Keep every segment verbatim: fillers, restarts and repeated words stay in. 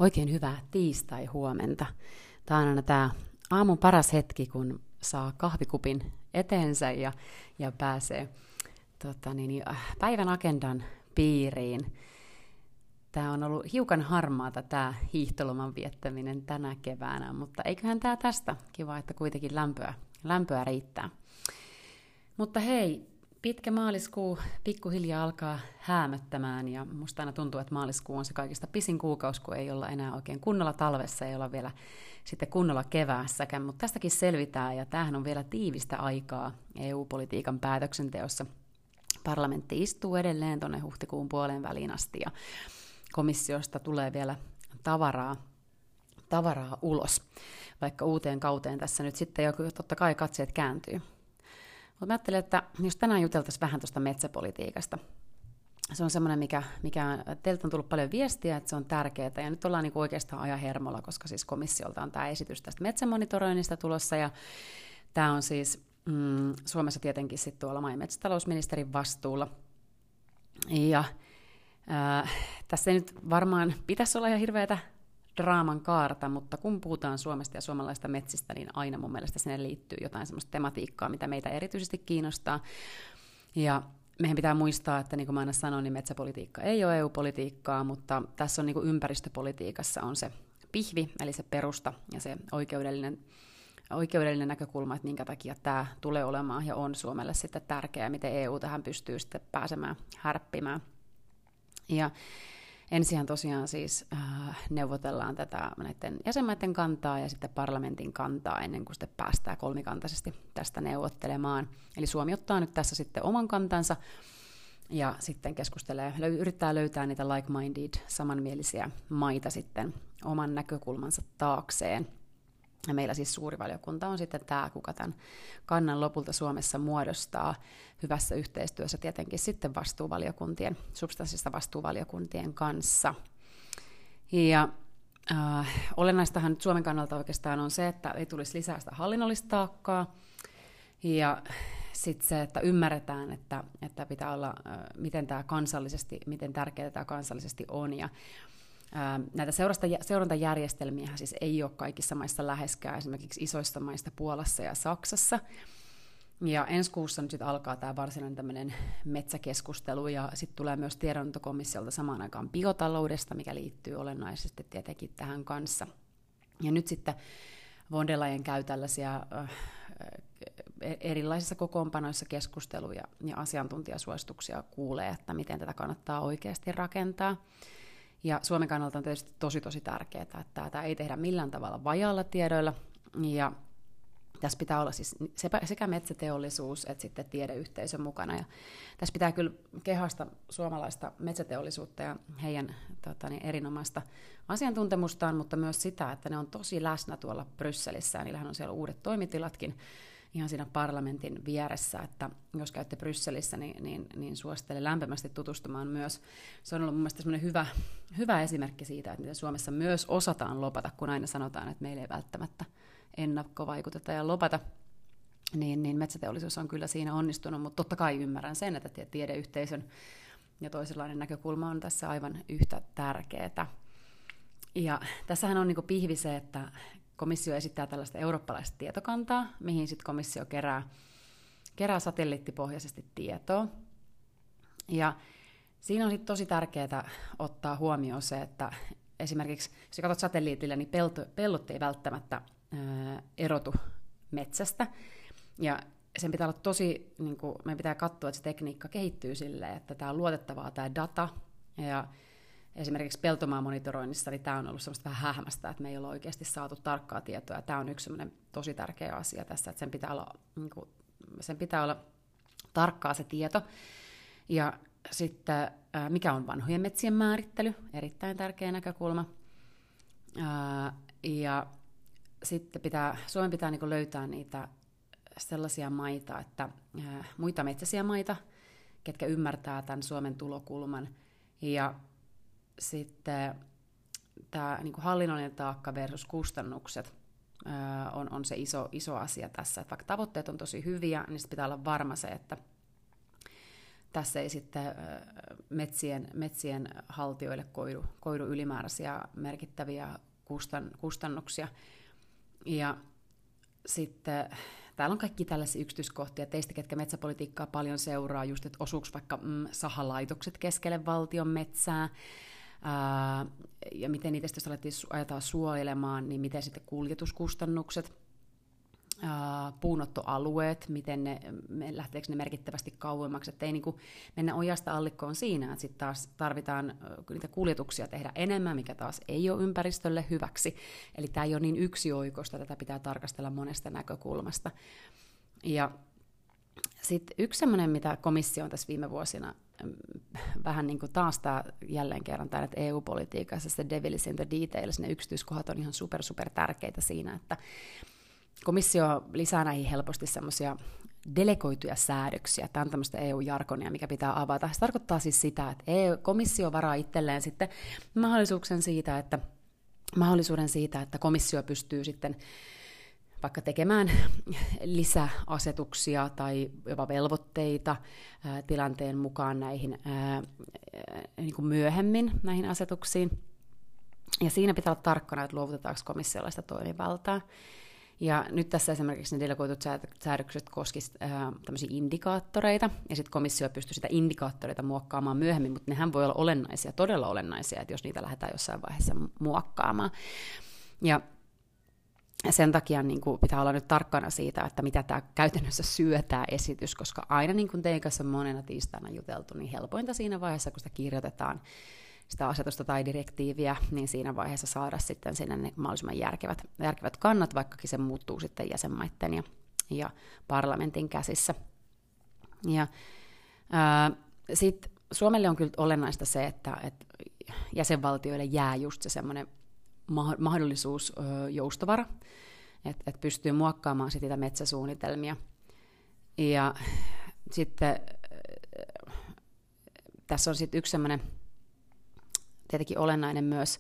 Oikein hyvää tiistai-huomenta. Tämä on aina tämä aamun paras hetki, kun saa kahvikupin eteensä ja, ja pääsee tota, niin, päivän agendan piiriin. Tämä on ollut hiukan harmaata tämä hiihtoloman viettäminen tänä keväänä, mutta eiköhän tämä tästä. Kiva, että kuitenkin lämpöä, lämpöä riittää. Mutta hei, pitkä maaliskuu pikkuhiljaa alkaa häämöttämään ja musta aina tuntuu, että maaliskuu on se kaikista pisin kuukausi, kun ei olla enää oikein kunnolla talvessa, ei olla vielä sitten kunnolla keväässäkään, mutta tästäkin selvitään ja tämähän on vielä tiivistä aikaa E U-politiikan päätöksenteossa. Parlamentti istuu edelleen tuonne huhtikuun puolen väliin asti ja komissiosta tulee vielä tavaraa, tavaraa ulos, vaikka uuteen kauteen tässä nyt sitten jo totta kai katseet kääntyy. Mutta mä ajattelin, että jos tänään juteltaisiin vähän tuosta metsäpolitiikasta. Se on semmoinen, mikä, mikä teiltä on tullut paljon viestiä, että se on tärkeää, ja nyt ollaan niinku oikeastaan ajan hermolla, koska siis komissiolta on tämä esitys tästä metsämonitoroinnista tulossa, ja tämä on siis mm, Suomessa tietenkin sitten tuolla maa- ja metsätalousministerin vastuulla. Ja ää, tässä ei nyt varmaan pitäisi olla ihan hirveätä draaman kaarta, mutta kun puhutaan Suomesta ja suomalaisista metsistä, niin aina mun mielestä sinne liittyy jotain semmoista tematiikkaa, mitä meitä erityisesti kiinnostaa. Ja meidän pitää muistaa, että niin kuin mä aina sanon, niin metsäpolitiikka ei ole E U-politiikkaa, mutta tässä on niin kuin ympäristöpolitiikassa on se pihvi, eli se perusta ja se oikeudellinen, oikeudellinen näkökulma, että minkä takia tämä tulee olemaan ja on Suomelle sitten tärkeää, miten E U tähän pystyy sitten pääsemään härppimään. Ja ensinhän tosiaan siis äh, neuvotellaan tätä näiden jäsenmaiden kantaa ja sitten parlamentin kantaa ennen kuin sitten päästään kolmikantaisesti tästä neuvottelemaan. Eli Suomi ottaa nyt tässä sitten oman kantansa ja sitten keskustelee, löy- yrittää löytää niitä like-minded, samanmielisiä maita sitten oman näkökulmansa taakseen. Ja meillä siis suuri valiokunta on sitten tämä, kuka tämän kannan lopulta Suomessa muodostaa hyvässä yhteistyössä tietenkin sitten vastuuvaliokuntien, substanssista vastuuvaliokuntien kanssa. Ja äh, olennaistahan nyt Suomen kannalta oikeastaan on se, että ei tulisi lisää sitä hallinnollista taakkaa, ja sitten se, että ymmärretään, että, että pitää olla, äh, miten tämä kansallisesti, miten tärkeää tämä kansallisesti on, ja näitä seurantajärjestelmiä siis ei ole kaikissa maissa läheskään, esimerkiksi isoista maista Puolassa ja Saksassa. Ja ensi kuussa nyt sitten alkaa tämä varsinainen tämmöinen metsäkeskustelu, ja sitten tulee myös tiedonantokomissiolta samaan aikaan biotaloudesta, mikä liittyy olennaisesti tietenkin tähän kanssa. Ja nyt sitten von der Leyen käy tällaisia äh, erilaisissa kokoonpanoissa keskusteluja ja asiantuntijasuosituksia kuulee, että miten tätä kannattaa oikeasti rakentaa. Ja Suomen kannalta on tietysti tosi tosi tärkeää, että tätä ei tehdä millään tavalla vajaalla tiedoilla. Ja tässä pitää olla siis sekä metsäteollisuus että sitten tiedeyhteisö mukana. Ja tässä pitää kyllä kehasta suomalaista metsäteollisuutta ja heidän tota niin, erinomaista asiantuntemustaan, mutta myös sitä, että ne on tosi läsnä tuolla Brysselissä. Ja niillähän on siellä uudet toimitilatkin ihan siinä parlamentin vieressä, että jos käytte Brysselissä, niin, niin, niin suosittelen lämpimästi tutustumaan myös. Se on ollut mun mielestä semmoinen hyvä, hyvä esimerkki siitä, että miten Suomessa myös osataan lopata, kun aina sanotaan, että meillä ei välttämättä ennakkovaikuteta ja lopata, niin, niin metsäteollisuus on kyllä siinä onnistunut, mutta totta kai ymmärrän sen, että tiedeyhteisön ja toisenlainen näkökulma on tässä aivan yhtä tärkeää. Ja tässähän on niin kuin pihvi se, että komissio esittää tällaista eurooppalaista tietokantaa, mihin sitten komissio kerää, kerää satelliittipohjaisesti tietoa. Ja siinä on sitten tosi tärkeää ottaa huomioon se, että esimerkiksi jos katsot satelliitilla, niin pelto, pellot ei välttämättä ää, erotu metsästä. Ja sen pitää olla tosi, niin kuin, meidän pitää katsoa, että se tekniikka kehittyy silleen, että tämä on luotettavaa tämä data. Ja esimerkiksi peltomaamonitoroinnissa niin tämä on ollut semmoista vähän hähmästä, että me ei ole oikeasti saatu tarkkaa tietoa. Tämä on yksi semmoinen tosi tärkeä asia tässä, että sen pitää olla, niin kuin, sen pitää olla tarkkaa se tieto. Ja sitten mikä on vanhojen metsien määrittely, erittäin tärkeä näkökulma. Ja sitten pitää, Suomen pitää niin kuin löytää niitä sellaisia maita, että muita metsäisiä maita, ketkä ymmärtää tämän Suomen tulokulman. Ja sitten tämä niin kuin hallinnollinen taakka versus kustannukset ää, on, on se iso, iso asia tässä. Että vaikka tavoitteet on tosi hyviä, niin sitten pitää olla varma se, että tässä ei sitten metsien, metsien haltijoille koidu, koidu ylimääräisiä merkittäviä kustan, kustannuksia. Ja sitten täällä on kaikki tällaisia yksityiskohtia. Teistä, ketkä metsäpolitiikkaa paljon seuraa, just, että osuuko vaikka mm, sahalaitokset keskelle valtion metsää, ää, ja miten niitä sitten, jos alettiin ajetaan suojelemaan, niin miten sitten kuljetuskustannukset, ää, puunottoalueet, miten ne, lähteekö ne merkittävästi kauemmaksi, että ei niin kuin mennä ojasta allikkoon siinä, että sitten taas tarvitaan niitä kuljetuksia tehdä enemmän, mikä taas ei ole ympäristölle hyväksi. Eli tämä ei ole niin yksioikoista, tätä pitää tarkastella monesta näkökulmasta. Ja sitten yksi semmoinen, mitä komissio on tässä viime vuosina vähän niin kuin taas tämä jälleen kerran tämä, että E U-politiikassa se devil is in the details, ne yksityiskohdat on ihan super, super tärkeitä siinä, että komissio lisää näihin helposti semmoisia delegoituja säädöksiä. Tämä on tämmöistä E U-jargonia, mikä pitää avata. Se tarkoittaa siis sitä, että E U-komissio varaa itselleen sitten mahdollisuuden siitä, että, mahdollisuuden siitä, että komissio pystyy sitten vaikka tekemään lisäasetuksia tai jopa velvoitteita ää, tilanteen mukaan näihin ää, niin kuin myöhemmin näihin asetuksiin. Ja siinä pitää olla tarkkana, että luovutetaanko komissiolla sitä toimivaltaa. Ja nyt tässä esimerkiksi ne delegoitut säädökset koskisivat tämmöisiä indikaattoreita, ja sitten komissio pystyy sitä indikaattoreita muokkaamaan myöhemmin, mutta nehän voi olla olennaisia, todella olennaisia, että jos niitä lähdetään jossain vaiheessa muokkaamaan. Ja sen takia niin kuin pitää olla nyt tarkkana siitä, että mitä tämä käytännössä syö tämä esitys, koska aina niin kuin teidän kanssa monena tiistaina juteltu, niin helpointa siinä vaiheessa, kun sitä kirjoitetaan, sitä asetusta tai direktiiviä, niin siinä vaiheessa saada sitten sinne ne mahdollisimman järkevät, järkevät kannat, vaikkakin se muuttuu sitten jäsenmaiden ja, ja parlamentin käsissä. Ja sitten Suomelle on kyllä olennaista se, että et jäsenvaltioille jää just se semmoinen mahdollisuus ö, joustovara, että et pystyy muokkaamaan sit niitä metsäsuunnitelmia. Ja sitten tässä on sitten yksi semmoinen tietenkin olennainen myös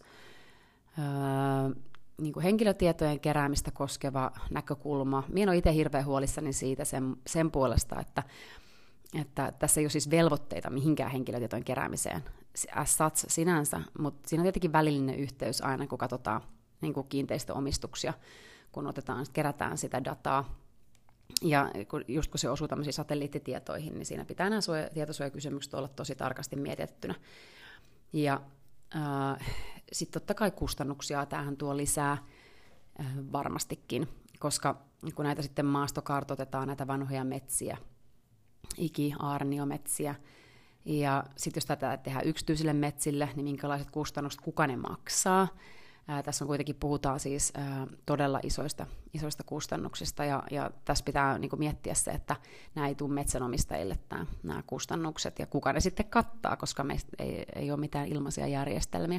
öö, niin kuin henkilötietojen keräämistä koskeva näkökulma. Minä olen itse hirveän huolissani siitä sen, sen puolesta, että, että tässä ei ole siis velvoitteita mihinkään henkilötietojen keräämiseen as such sinänsä, mutta siinä on tietenkin välillinen yhteys aina, kun katsotaan niin kuin kiinteistöomistuksia, kun otetaan, kerätään sitä dataa. Ja just kun se osuu tämmöisiin satelliittitietoihin, niin siinä pitää nämä suoja, tietosuojakysymykset olla tosi tarkasti mietittynä. Ja äh, sitten totta kai kustannuksia tämähän tuo lisää äh, varmastikin, koska kun näitä sitten maastokartoitetaan, näitä vanhoja metsiä, iki-, aarniometsiä, ja sitten jos tätä tehdään yksityisille metsille, niin minkälaiset kustannukset, kuka ne maksaa. Ää, tässä on kuitenkin puhutaan siis ää, todella isoista, isoista kustannuksista, ja, ja tässä pitää niin kuin miettiä se, että nämä ei tule metsänomistajille tää, nämä kustannukset, ja kuka ne sitten kattaa, koska meistä ei, ei ole mitään ilmaisia järjestelmiä.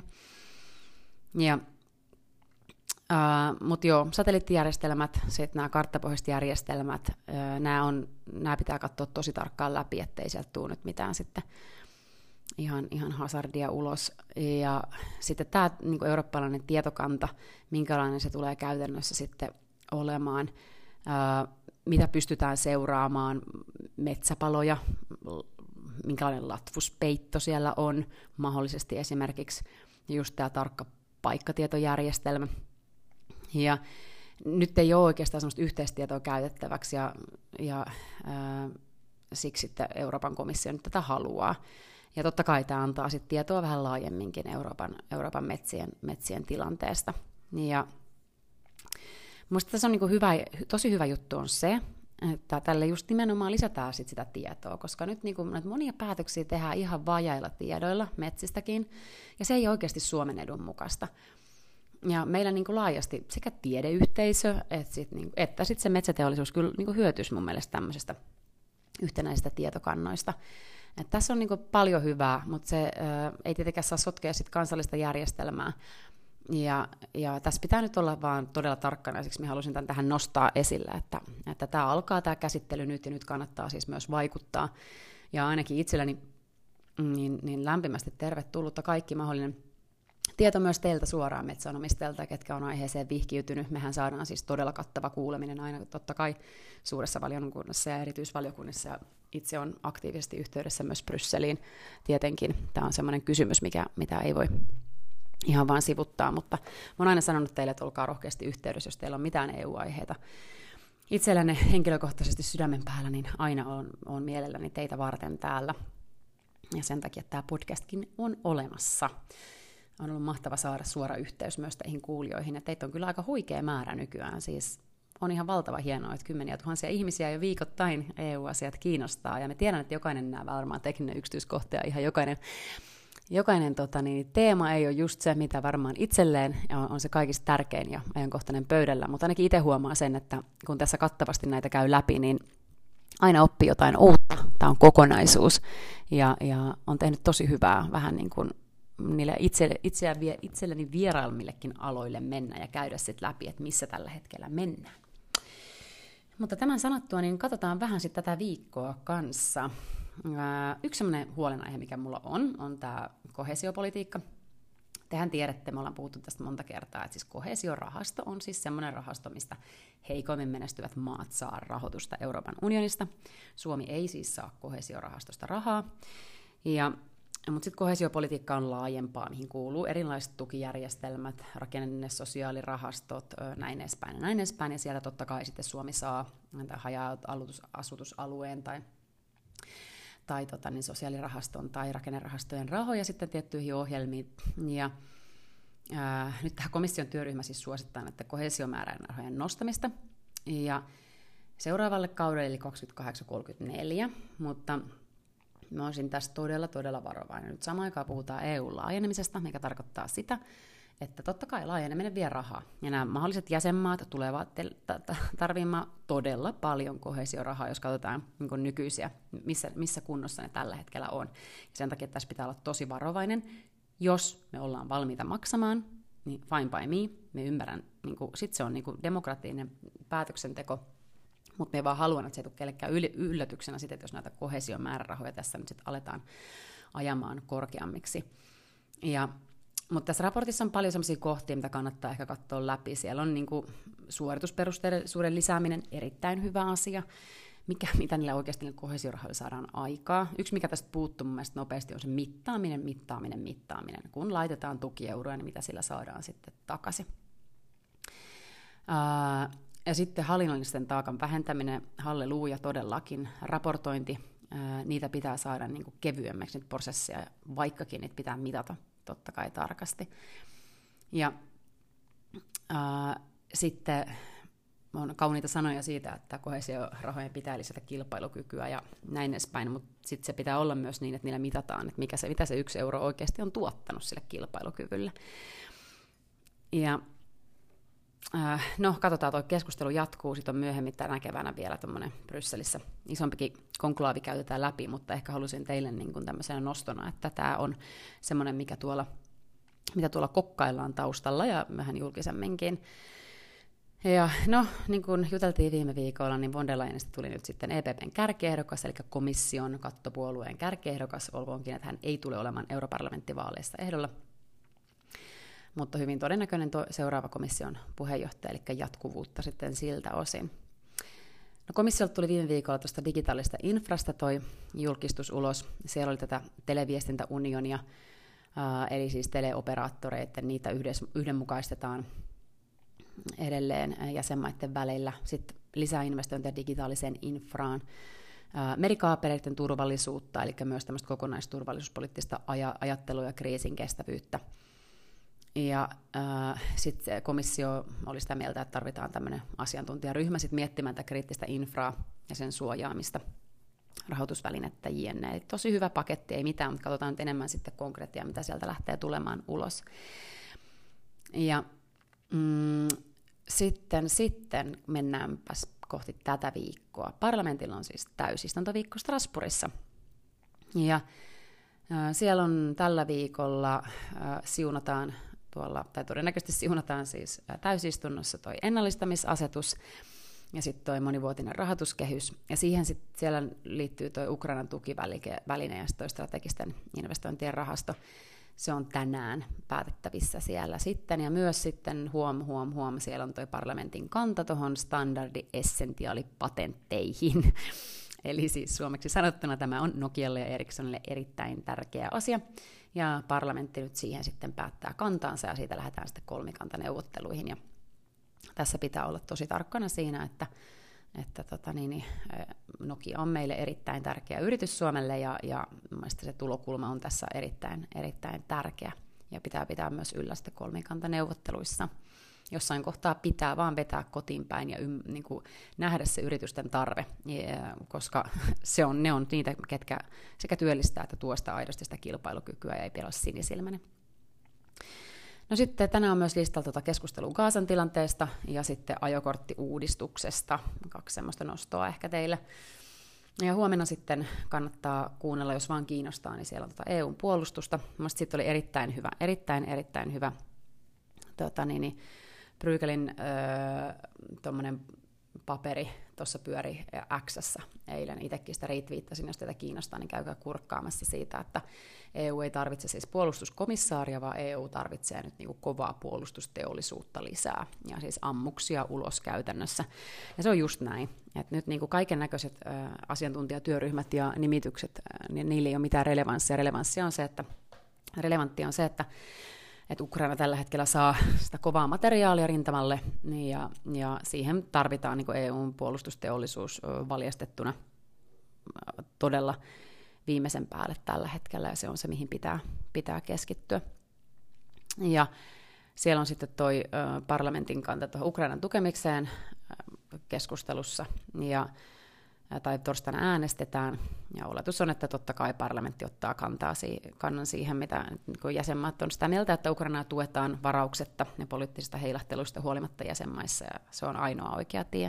Ja, ää, mutta joo, satelliittijärjestelmät, sitten nämä karttapohjaiset järjestelmät, ää, nämä, on, nämä pitää katsoa tosi tarkkaan läpi, ettei sieltä tule nyt mitään sitten ihan, ihan hazardia ulos. Ja sitten tämä niin kuin eurooppalainen tietokanta, minkälainen se tulee käytännössä sitten olemaan, ää, mitä pystytään seuraamaan, metsäpaloja, minkälainen latvuspeitto siellä on, mahdollisesti esimerkiksi just tämä tarkka paikkatietojärjestelmä. Ja nyt ei ole oikeastaan sellaista yhteistietoa käytettäväksi, ja, ja ää, siksi sitten Euroopan komissio nyt tätä haluaa. Ja totta kai tämä antaa sitten tietoa vähän laajemminkin Euroopan, Euroopan metsien, metsien tilanteesta. Ja minusta tässä on niinku hyvä, tosi hyvä juttu on se, että tälle just nimenomaan lisätään sit sitä tietoa, koska nyt niinku monia päätöksiä tehdään ihan vajailla tiedoilla metsistäkin, ja se ei oikeasti Suomen edun mukaista. Ja meillä niinku laajasti sekä tiedeyhteisö että sitten niinku, että sit se metsäteollisuus kyllä niinku hyötyisi mun mielestä tämmöisestä yhtenäisistä tietokannoista. Et tässä on niinku paljon hyvää, mutta se ää, ei tietenkään saa sotkea sit kansallista järjestelmää. Ja, ja tässä pitää nyt olla vaan todella tarkkana, siksi minä halusin tämän tähän nostaa esille, että, että tämä alkaa tämä käsittely nyt, ja nyt kannattaa siis myös vaikuttaa. Ja ainakin itselleni niin, niin lämpimästi tervetullutta kaikki mahdollinen tieto myös teiltä suoraan metsänomistajalta, ketkä on aiheeseen vihkiytynyt. Mehän saadaan siis todella kattava kuuleminen aina totta kai suuressa valiokunnassa ja erityisvaliokunnissa. Ja itse on aktiivisesti yhteydessä myös Brysseliin. Tietenkin tämä on sellainen kysymys, mikä, mitä ei voi ihan vaan sivuttaa, mutta mä oon aina sanonut teille, että olkaa rohkeasti yhteydessä, jos teillä on mitään E U-aiheita. Itselläni henkilökohtaisesti sydämen päällä, niin aina on, on mielelläni teitä varten täällä. Ja sen takia tämä podcastkin on olemassa. On ollut mahtava saada suora yhteys myös teihin kuulijoihin, ja teitä on kyllä aika huikea määrä nykyään. Siis on ihan valtava hienoa, että kymmeniä tuhansia ihmisiä jo viikoittain E U-asiat kiinnostaa, ja me tiedän, että jokainen nämä varmaan tekninen yksityiskohta, ja ihan jokainen, jokainen tota, niin, teema ei ole just se, mitä varmaan itselleen on, on se kaikista tärkein ja ajankohtainen pöydällä, mutta ainakin itse huomaa sen, että kun tässä kattavasti näitä käy läpi, niin aina oppii jotain uutta. Tämä on kokonaisuus, ja, ja on tehnyt tosi hyvää vähän niin kuin niille itse, itseä, itselleni vierailmillekin aloille mennä ja käydä sitten läpi, että missä tällä hetkellä mennään. Mutta tämän sanottua, niin katsotaan vähän sitten tätä viikkoa kanssa. Yksi sellainen huolenaihe, mikä mulla on, on tämä koheesiopolitiikka. Tehän tiedätte, me ollaan puhuttu tästä monta kertaa, että siis koheesiorahasto on siis semmoinen rahasto, mistä heikoimmin menestyvät maat saa rahoitusta Euroopan unionista. Suomi ei siis saa koheesiorahastosta rahaa. Ja mutta sitten koheesiopolitiikka on laajempaa, mihin kuuluu erilaiset tukijärjestelmät, rakenne, sosiaalirahastot, näin edespäin ja näin edespäin. Ja siellä totta kai sitten Suomi saa haja-asutusalueen tai, tai tota, niin sosiaalirahaston tai rakennerahastojen rahoja sitten tiettyihin ohjelmiin. Ja ää, nyt tämä komission työryhmä siis suosittaa että koheesiomäärärahojen nostamista ja seuraavalle kaudelle eli kaksikymmentäkahdeksan kolmekymmentäneljä, mutta mä olisin tässä todella, todella varovainen. Nyt samaan aikaan puhutaan E U-laajenemisesta, mikä tarkoittaa sitä, että totta kai laajeneminen vie rahaa. Ja nämä mahdolliset jäsenmaat tulevat tarvitsemaan todella paljon koheesiorahaa, jos katsotaan niin nykyisiä, missä, missä kunnossa ne tällä hetkellä on. Ja sen takia tässä pitää olla tosi varovainen. Jos me ollaan valmiita maksamaan, niin fine by me, me ymmärrän. Niin sitten se on niin demokraattinen päätöksenteko. Mutta me ei vaan haluan, että se ei tule kellekään yllätyksenä sitten, että jos näitä koheesiomäärärahoja tässä nyt sitten aletaan ajamaan korkeammiksi. Ja, mutta tässä raportissa on paljon sellaisia kohtia, mitä kannattaa ehkä katsoa läpi. Siellä on niin kuin suoritusperusteisuuden lisääminen erittäin hyvä asia. Mikä, mitä niillä oikeasti niillä koheesiorahoilla saadaan aikaa. Yksi, mikä tästä puuttuu mun mielestä nopeasti, on se mittaaminen, mittaaminen, mittaaminen. Kun laitetaan tukieuroja, niin mitä sillä saadaan sitten takaisin. Uh, Ja sitten hallinnollisten taakan vähentäminen, halleluuja todellakin, raportointi, ää, niitä pitää saada niin kuin kevyemmäksi niitä prosesseja, vaikkakin niitä pitää mitata totta kai tarkasti. Ja ää, sitten on kauniita sanoja siitä, että koheesiorahojen pitää lisätä kilpailukykyä ja näin edespäin, mutta sitten se pitää olla myös niin, että niillä mitataan, että mikä se, mitä se yksi euro oikeasti on tuottanut sille kilpailukyvylle. Ja no, katsotaan, tuo keskustelu jatkuu, sitten on myöhemmin tänä keväänä vielä tuommoinen Brysselissä isompikin konklaavi käytetään läpi, mutta ehkä halusin teille niin kuin tämmöisenä nostona, että tämä on semmoinen, mikä tuolla, mitä tuolla kokkaillaan taustalla ja vähän julkisemminkin. Ja no, niin kuin juteltiin viime viikolla, niin von der Leyenista tuli nyt sitten E P P:n kärkiehdokas, eli komission kattopuolueen kärkiehdokas, olkoonkin, että hän ei tule olemaan europarlamenttivaaleissa ehdolla. Mutta hyvin todennäköinen to- seuraava komission puheenjohtaja, eli jatkuvuutta sitten siltä osin. No, komissiolta tuli viime viikolla tuosta digitaalista infrasta toi julkistus ulos. Siellä oli tätä televiestintäunionia, ää, eli siis teleoperaattoreiden, niitä yhdessä, yhdenmukaistetaan edelleen jäsenmaiden välillä. Sitten lisää investointeja digitaaliseen infraan, ää, merikaapeleiden turvallisuutta, eli myös tämmöistä kokonaisturvallisuuspoliittista aj- ajattelua ja kriisin kestävyyttä. Ja äh, sitten komissio oli sitä mieltä, että tarvitaan tämmöinen asiantuntijaryhmä sit miettimään tätä kriittistä infraa ja sen suojaamista, rahoitusvälinettä jne. Tosi hyvä paketti, ei mitään, mutta katsotaan nyt enemmän sitten konkreettia, mitä sieltä lähtee tulemaan ulos. Ja mm, sitten, sitten mennäänpäs kohti tätä viikkoa. Parlamentilla on siis täysistuntoviikko Strasbourgissa. Ja äh, siellä on tällä viikolla äh, siunataan tuolla, tai todennäköisesti siunataan siis täysistunnossa toi ennallistamisasetus ja sitten toi monivuotinen rahoituskehys. Ja siihen sitten siellä liittyy toi Ukrainan tukiväline ja sitten toi strategisten investointien rahasto. se on tänään päätettävissä siellä sitten, ja myös sitten huom, huom, huom, siellä on toi parlamentin kanta tuohon standardi-essentiaalipatentteihin. Eli siis suomeksi sanottuna tämä on Nokialle ja Ericssonille erittäin tärkeä asia, ja parlamentti nyt siihen sitten päättää kantaansa, ja siitä lähdetään sitten kolmikantaneuvotteluihin, ja tässä pitää olla tosi tarkkana siinä, että, että tota niin, Nokia on meille erittäin tärkeä yritys Suomelle, ja, ja mielestäni se tulokulma on tässä erittäin, erittäin tärkeä, ja pitää pitää myös yllä sitten kolmikantaneuvotteluissa. Jossain kohtaa pitää vaan vetää kotiin päin ja ym, niin kuin nähdä se yritysten tarve, ja, koska se on, ne on niitä, ketkä sekä työllistää että tuo sitä aidosti sitä kilpailukykyä ja ei pidä olla sinisilmäinen. No sitten tänään on myös listalla tuota keskustelua Gazan tilanteesta ja sitten ajokorttiuudistuksesta, kaksi semmoista nostoa ehkä teille. Ja huomenna sitten kannattaa kuunnella, jos vaan kiinnostaa, niin siellä on tuota E U:n puolustusta. Mielestäni sitten oli erittäin hyvä, erittäin, erittäin hyvä tota niin, niin, Brygelin öö, tuommoinen paperi tuossa pyöri X:ssä eilen. Itsekin sitä retweettasin, jos teitä kiinnostaa, niin käykää kurkkaamassa siitä, että E U ei tarvitse siis puolustuskomissaaria, vaan E U tarvitsee nyt niin kuin kovaa puolustusteollisuutta lisää, ja siis ammuksia ulos käytännössä. Ja se on just näin, että nyt niin kuin kaiken näköiset ö, asiantuntijatyöryhmät ja nimitykset, niin niillä ei ole mitään relevanssia. Relevanssia on se, että, relevanttia on se, että että Ukraina tällä hetkellä saa sitä kovaa materiaalia rintamalle, niin ja, ja siihen tarvitaan niin kuin E U:n puolustusteollisuus valjastettuna todella viimeisen päälle tällä hetkellä, ja se on se, mihin pitää, pitää keskittyä. Ja siellä on sitten toi ö, parlamentin kanta tuohon Ukrainan tukemikseen ö, keskustelussa, ja tai torstaina äänestetään, ja oletus on, että totta kai parlamentti ottaa kantaa si- kannan siihen, mitä niin jäsenmaat on sitä mieltä, että Ukrainaa tuetaan varauksetta ja poliittisista heilahteluista huolimatta jäsenmaissa, ja se on ainoa oikea tie.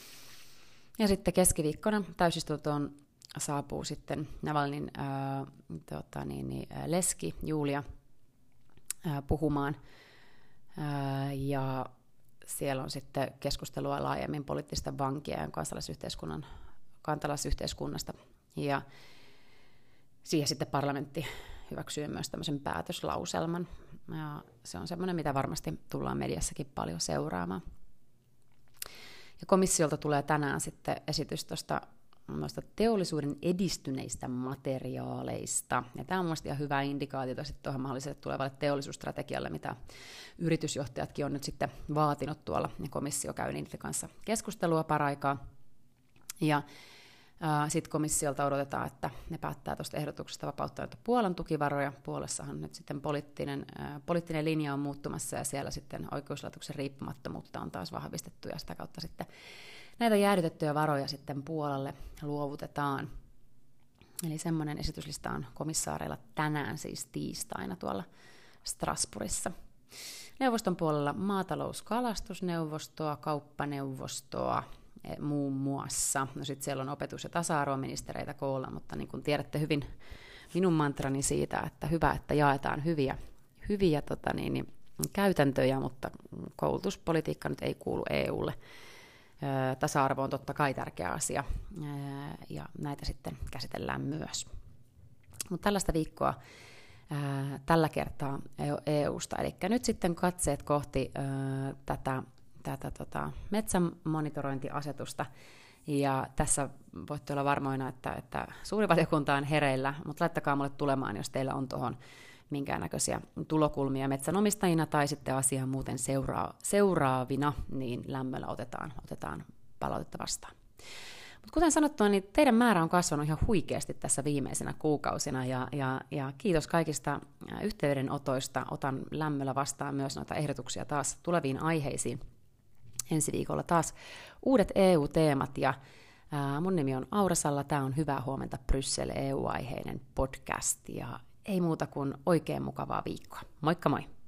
Ja sitten keskiviikkona täysistuntoon saapuu sitten Navalnin ää, tota niin, niin, leski Julia ää, puhumaan, ää, ja siellä on sitten keskustelua laajemmin poliittisten vankien ja kansalaisyhteiskunnan kansalaisyhteiskunnasta, ja siihen sitten parlamentti hyväksyy myös tämmöisen päätöslauselman, ja se on semmoinen, mitä varmasti tullaan mediassakin paljon seuraamaan. Ja komissiolta tulee tänään sitten esitys tuosta noista teollisuuden edistyneistä materiaaleista, ja tämä on mielestäni ihan hyvä indikaatio sitten tuohon mahdolliselle tulevalle teollisuusstrategialle, mitä yritysjohtajatkin on nyt sitten vaatinut tuolla, ja komissio käy niiden kanssa keskustelua paraikaa. Ja äh, sitten komissiolta odotetaan, että ne päättää tuosta ehdotuksesta vapauttaa Puolan tukivaroja. Puolessahan nyt sitten poliittinen, äh, poliittinen linja on muuttumassa, ja siellä sitten oikeuslaitoksen riippumattomuutta on taas vahvistettu, ja sitä kautta sitten näitä jäädytettyjä varoja sitten Puolalle luovutetaan. Eli semmoinen esityslista on komissaareilla tänään, siis tiistaina tuolla Strasbourgissa. Neuvoston puolella maatalous-kalastusneuvostoa, kauppaneuvostoa, muun muassa. No sitten siellä on opetus- ja tasa-arvoministereitä koolla, mutta niin kuin tiedätte hyvin minun mantrani siitä, että hyvä, että jaetaan hyviä, hyviä tota niin, niin, käytäntöjä, mutta koulutuspolitiikka nyt ei kuulu E U:lle. Tasa-arvo on totta kai tärkeä asia, ja näitä sitten käsitellään myös. Mutta tällaista viikkoa ää, tällä kertaa E U:sta, eli nyt sitten katseet kohti ää, tätä tätä tota, metsämonitorointiasetusta, ja tässä voitte olla varmoina, että, että suuri valiokunta on hereillä, mutta laittakaa mulle tulemaan, jos teillä on tuohon minkäännäköisiä tulokulmia metsänomistajina tai sitten asiaa muuten seuraa, seuraavina, niin lämmöllä otetaan, otetaan palautetta vastaan. Mutta kuten sanottua, niin teidän määrä on kasvanut ihan huikeasti tässä viimeisenä kuukausina, ja, ja, ja kiitos kaikista yhteydenotoista. Otan lämmöllä vastaan myös noita ehdotuksia taas tuleviin aiheisiin. Ensi viikolla taas uudet E U-teemat, ja ää, mun nimi on Aurasalla, tämä on Hyvää huomenta Bryssel E U-aiheinen podcast, ja ei muuta kuin oikein mukavaa viikkoa. Moikka moi!